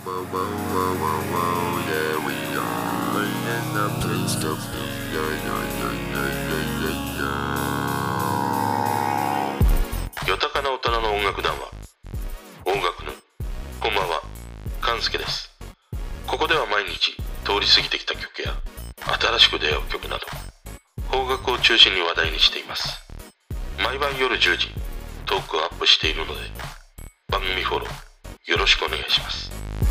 Whoa, whoa, whoa, whoa, whoa, yeah, we are in the place to be. Yeah, yeah, yeah, yeah, yeah, yeah. よたかな大人の音楽談話音楽のこんばんは、勘介です。ここでは毎日通り過ぎてきた曲や新しく出会う曲など邦楽を中心に話題にしています。毎晩夜10時トークをアップしているので番組フォローよろしくお願いします。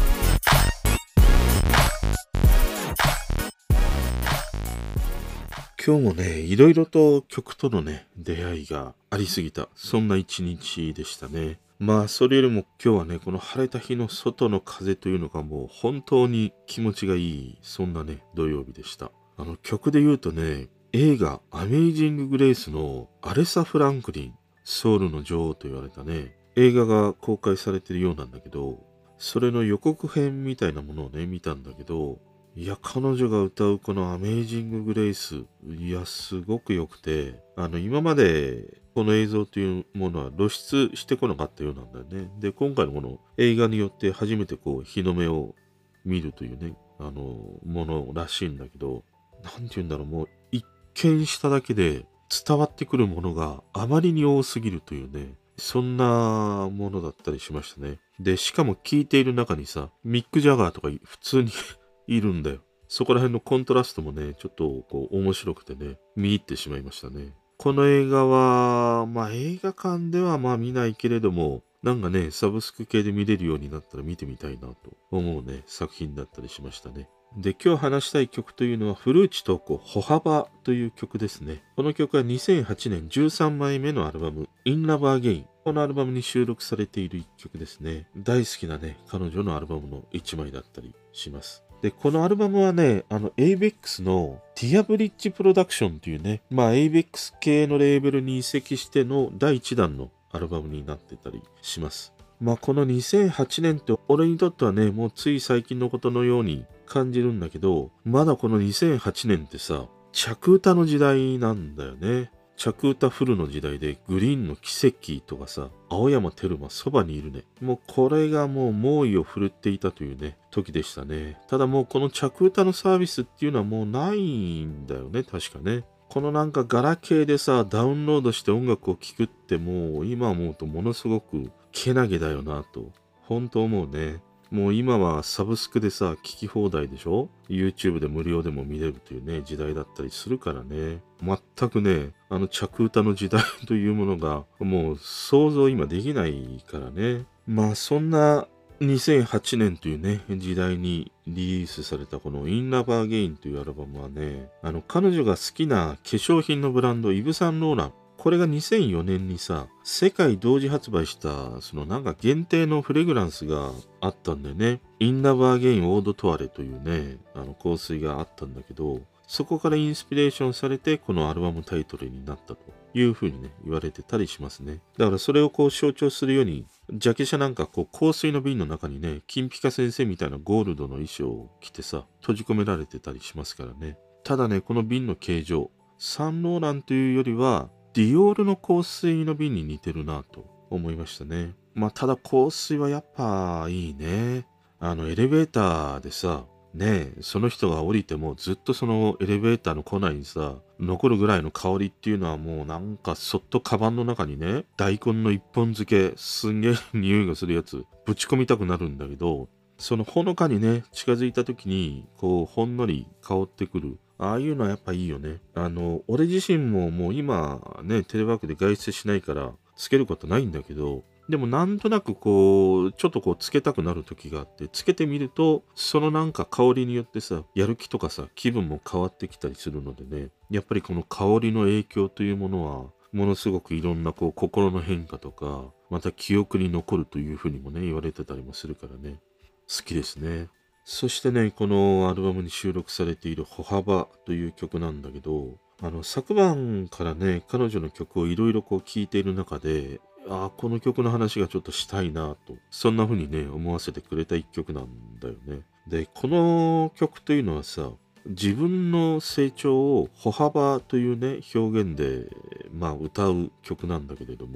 今日もね、いろいろと曲とのね、出会いがありすぎた、そんな一日でしたね。まあ、それよりも今日はね、この晴れた日の外の風というのがもう本当に気持ちがいい、そんなね、土曜日でした。曲で言うとね、映画アメイジング・グレイスのアレサ・フランクリン、ソウルの女王と言われたね、映画が公開されてるようなんだけど、それの予告編みたいなものをね、見たんだけど、いや、彼女が歌うこのアメイジング・グレイス、いや、すごく良くて、今までこの映像というものは露出してこなかったようなんだよね。で、今回のこの映画によって初めてこう、日の目を見るというね、ものらしいんだけど、なんて言うんだろう、もう一見しただけで伝わってくるものがあまりに多すぎるというね、そんなものだったりしましたね。で、しかも聴いている中にさ、ミック・ジャガーとか普通にいるんだよ。そこら辺のコントラストもね、ちょっとこう面白くてね、見入ってしまいましたね。この映画は、まあ映画館ではまあ見ないけれども、なんかね、サブスク系で見れるようになったら見てみたいなと思うね、作品だったりしましたね。で、今日話したい曲というのは、古内東子歩幅という曲ですね。この曲は2008年13枚目のアルバム、In Love Again。このアルバムに収録されている一曲ですね。大好きなね、彼女のアルバムの一枚だったりします。で、このアルバムはね、ABEX のティアブリッジプロダクションというね、まあ ABEX 系のレーベルに移籍しての第1弾のアルバムになってたりします。まあこの2008年って俺にとってはね、もうつい最近のことのように感じるんだけど、まだこの2008年ってさ、着歌の時代なんだよね。着歌フルの時代でグリーンの奇跡とかさ、青山テルマそばにいるね。もうこれがもう猛威を振るっていたというね、時でしたね。ただもうこの着歌のサービスっていうのはもうないんだよね、確かね。このなんかガラケーでさ、ダウンロードして音楽を聴くってもう今思うとものすごくけなげだよなと、本当思うね。もう今はサブスクでさ、聞き放題でしょ？ YouTube で無料でも見れるというね、時代だったりするからね。全くね、着歌の時代というものが、もう想像今できないからね。まあそんな2008年というね、時代にリリースされたこの In Love Again というアルバムはね、彼女が好きな化粧品のブランドイヴ・サンローラン、これが2004年にさ、世界同時発売した、そのなんか限定のフレグランスがあったんだよね。In Love Again オードトワレというね、香水があったんだけど、そこからインスピレーションされて、このアルバムタイトルになったという風にね、言われてたりしますね。だからそれをこう象徴するように、ジャケ写なんかこう香水の瓶の中にね、金ピカ先生みたいなゴールドの衣装を着てさ、閉じ込められてたりしますからね。ただね、この瓶の形状、サンローランというよりは、ディオールの香水の瓶に似てるなと思いましたね。まあただ香水はやっぱいいね。エレベーターでさ、ねえ、その人が降りてもずっとそのエレベーターの庫内にさ、残るぐらいの香りっていうのはもうなんかそっとカバンの中にね、大根の一本漬け、すんげえ匂いがするやつ、ぶち込みたくなるんだけど、そのほのかにね、近づいた時に、こう、ほんのり香ってくる。ああいうのはやっぱいいよね。俺自身ももう今ね、テレワークで外出しないから、つけることないんだけど、でもなんとなくこう、ちょっとこうつけたくなる時があって、つけてみると、そのなんか香りによってさ、やる気とかさ、気分も変わってきたりするのでね、やっぱりこの香りの影響というものは、ものすごくいろんなこう心の変化とか、また記憶に残るというふうにもね、言われてたりもするからね、好きですね。そしてね、このアルバムに収録されている歩幅という曲なんだけど、昨晩からね、彼女の曲をいろいろこう聴いている中で、この曲の話がちょっとしたいなと、そんな風にね、思わせてくれた一曲なんだよね。で、この曲というのはさ、自分の成長を歩幅というね、表現で、まあ歌う曲なんだけれども、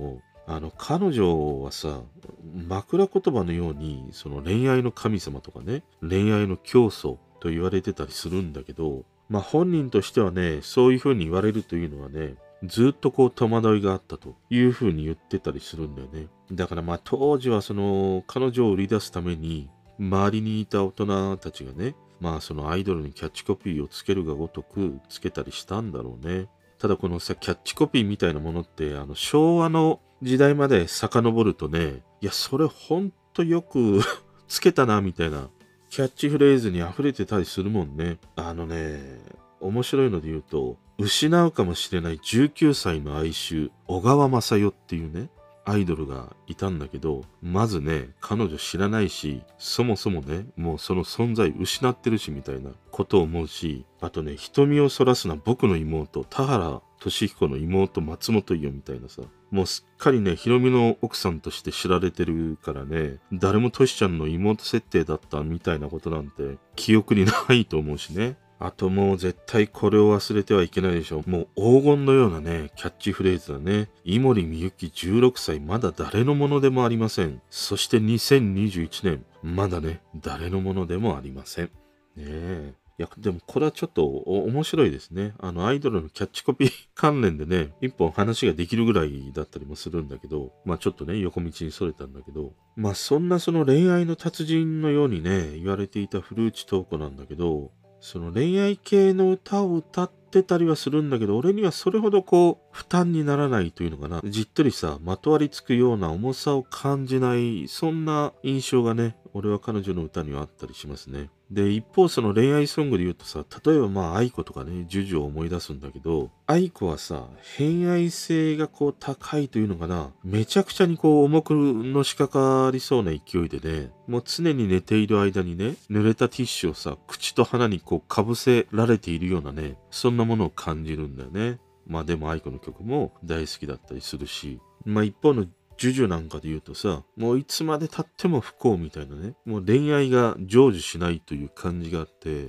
彼女はさ、枕言葉のように、その恋愛の神様とかね、恋愛の教祖と言われてたりするんだけど、本人としてはね、そういう風に言われるというのはね、ずっとこう戸惑いがあったという風に言ってたりするんだよね。だから当時はその彼女を売り出すために、周りにいた大人たちがね、そのアイドルにキャッチコピーをつけるがごとくつけたりしたんだろうね。ただこのさ、キャッチコピーみたいなものって、昭和の時代まで遡るとね、いや、それほんとよくつけたな、みたいな、キャッチフレーズに溢れてたりするもんね。面白いので言うと、失うかもしれない19歳の哀愁、小川雅代っていうね、アイドルがいたんだけど、まずね、彼女知らないし、そもそもね、もうその存在失ってるしみたいなことを思うし、あとね、瞳をそらすな僕の妹、田原俊彦の妹松本伊代みたいなさ、もうすっかりね、ヒロミの奥さんとして知られてるからね、誰もトシちゃんの妹設定だったみたいなことなんて記憶にないと思うしね。あともう絶対これを忘れてはいけないでしょ。もう黄金のようなね、キャッチフレーズだね。井森美幸16歳、まだ誰のものでもありません。そして2021年、まだね、誰のものでもありません。ねえ。いや、でもこれはちょっと面白いですね。アイドルのキャッチコピー関連でね、一本話ができるぐらいだったりもするんだけど、ちょっとね、横道にそれたんだけど、そんなその恋愛の達人のようにね、言われていた古内東子なんだけど、その恋愛系の歌を歌ってたりはするんだけど、俺にはそれほどこう、負担にならないというのかな。じっとりさ、まとわりつくような重さを感じない、そんな印象がね、俺は彼女の歌にはあったりしますね。で、一方その恋愛ソングで言うとさ、例えば愛子とかね、ジュジュを思い出すんだけど、愛子はさ、偏愛性がこう高いというのかな、めちゃくちゃにこう重くのしかかりそうな勢いでね、もう常に寝ている間にね、濡れたティッシュをさ、口と鼻にこうかぶせられているようなね、そんなものを感じるんだよね。でも愛子の曲も大好きだったりするし、一方のジュジュなんかで言うとさ、もういつまで経っても不幸みたいなね、もう恋愛が成就しないという感じがあって、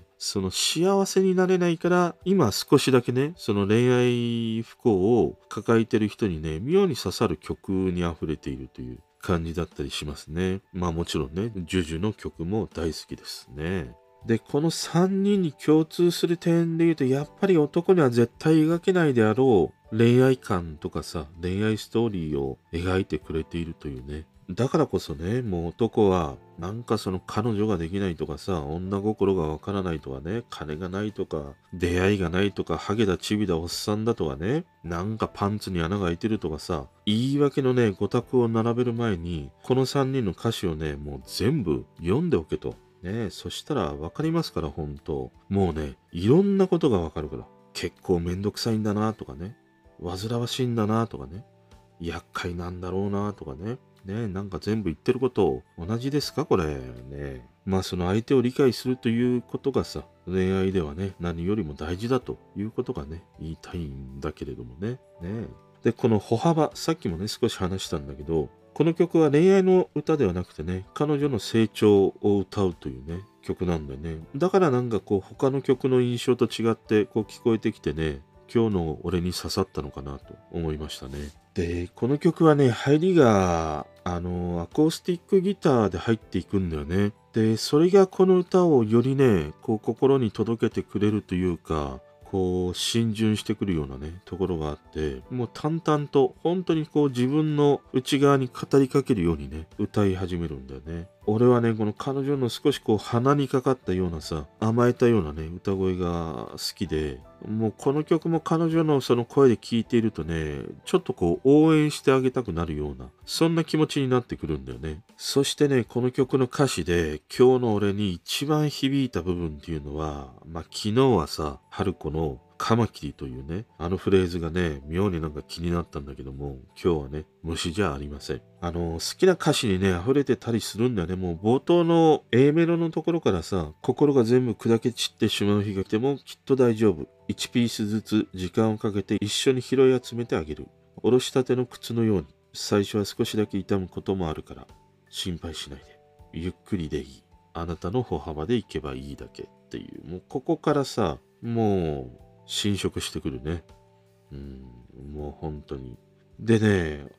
その幸せになれないから、今少しだけね、その恋愛不幸を抱えてる人にね、妙に刺さる曲に溢れているという感じだったりしますね。もちろんね、ジュジュの曲も大好きですね。で、この3人に共通する点で言うと、やっぱり男には絶対描けないであろう恋愛観とかさ、恋愛ストーリーを描いてくれているというね。だからこそね、もう男は、なんかその彼女ができないとかさ、女心がわからないとかね、金がないとか、出会いがないとか、ハゲだチビだおっさんだとかね、なんかパンツに穴が開いてるとかさ、言い訳のね、語卓を並べる前に、この3人の歌詞をね、もう全部読んでおけと。ね、そしたら分かりますから、本当もうね、いろんなことが分かるから。結構めんどくさいんだなとかね。煩わしいんだなとかね。厄介なんだろうなとかね。ね、なんか全部言ってること同じですかこれ。ね。その相手を理解するということがさ、恋愛ではね、何よりも大事だということがね、言いたいんだけれどもね。ね。で、この歩幅、さっきもね、少し話したんだけど、この曲は恋愛の歌ではなくてね、彼女の成長を歌うというね、曲なんだよね。だからなんかこう、他の曲の印象と違ってこう聞こえてきてね、今日の俺に刺さったのかなと思いましたね。で、この曲はね、入りが、アコースティックギターで入っていくんだよね。で、それがこの歌をよりね、こう心に届けてくれるというか、こう、浸潤してくるようなね、ところがあって、もう淡々と、本当にこう自分の内側に語りかけるようにね、歌い始めるんだよね。俺はね、この彼女の少しこう鼻にかかったようなさ、甘えたようなね、歌声が好きで、もうこの曲も彼女のその声で聴いているとね、ちょっとこう応援してあげたくなるような、そんな気持ちになってくるんだよね。そしてね、この曲の歌詞で今日の俺に一番響いた部分っていうのは、昨日はさ、春子のカマキリというね、あのフレーズがね、妙になんか気になったんだけども、今日はね、虫じゃありません。好きな歌詞にね、溢れてたりするんだよね。もう冒頭の A メロのところからさ、心が全部砕け散ってしまう日が来てもきっと大丈夫。1ピースずつ時間をかけて一緒に拾い集めてあげる。おろしたての靴のように、最初は少しだけ痛むこともあるから、心配しないで。ゆっくりでいい。あなたの歩幅で行けばいいだけっていう。もうここからさ、もう、侵食してくるね。もう本当に。でね、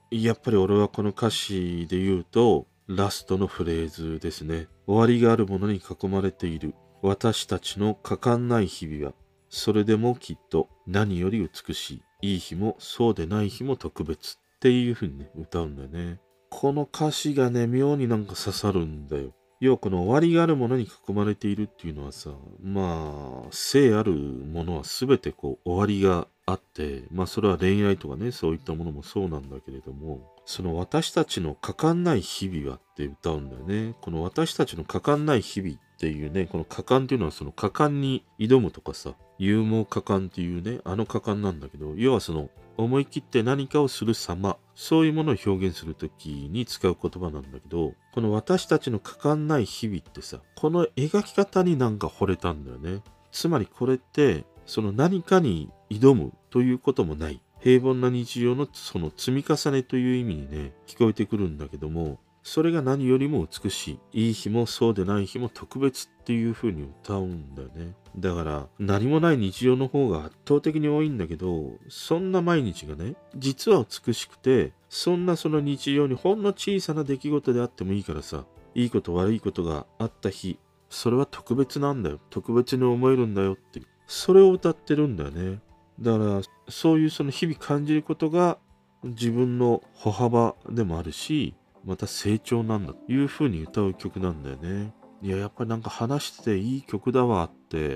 やっぱり俺はこの歌詞で言うと、ラストのフレーズですね。終わりがあるものに囲まれている。私たちの果敢ない日々は、それでもきっと何より美しい。いい日もそうでない日も特別。っていう風にね、歌うんだよね。この歌詞がね、妙になんか刺さるんだよ。要はこの終わりがあるものに囲まれているっていうのはさ、まあ、生あるものは全てこう終わりがあって、まあそれは恋愛とかね、そういったものもそうなんだけれども、その私たちの果敢ない日々はって歌うんだよね。この私たちの果敢ない日々っていうね、この果敢っていうのはその果敢に挑むとかさ、勇猛果敢っていうね、あの果敢なんだけど、要はその思い切って何かをする様、そういうものを表現するときに使う言葉なんだけど、この私たちの果敢ない日々ってさ、この描き方になんか惚れたんだよね。つまりこれって、その何かに挑むということもない。平凡な日常のその積み重ねという意味にね、聞こえてくるんだけども、それが何よりも美しい。いい日もそうでない日も特別っていう風に歌うんだよね。だから何もない日常の方が圧倒的に多いんだけど、そんな毎日がね、実は美しくて、そんなその日常にほんの小さな出来事であってもいいからさ、いいこと悪いことがあった日、それは特別なんだよ。特別に思えるんだよっていう。それを歌ってるんだよね。だからそういうその日々感じることが自分の歩幅でもあるし、また成長なんだという風に歌う曲なんだよね。いや、やっぱりなんか話してていい曲だわって、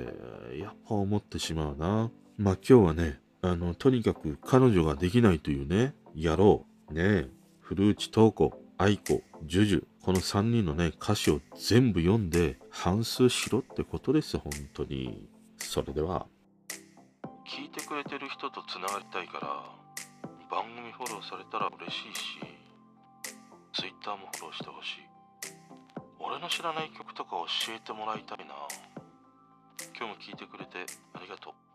やっぱ思ってしまうな。まあ今日はね、とにかく彼女ができないというね、野郎、ね、古内東子、愛子、ジュジュ、この3人のね、歌詞を全部読んで反芻しろってことです、本当に。それでは。聞いてくれてる人とつながりたいから、番組フォローされたら嬉しいし、Twitter もフォローしてほしい。俺の知らない曲とか教えてもらいたいな。今日も聞いてくれてありがとう。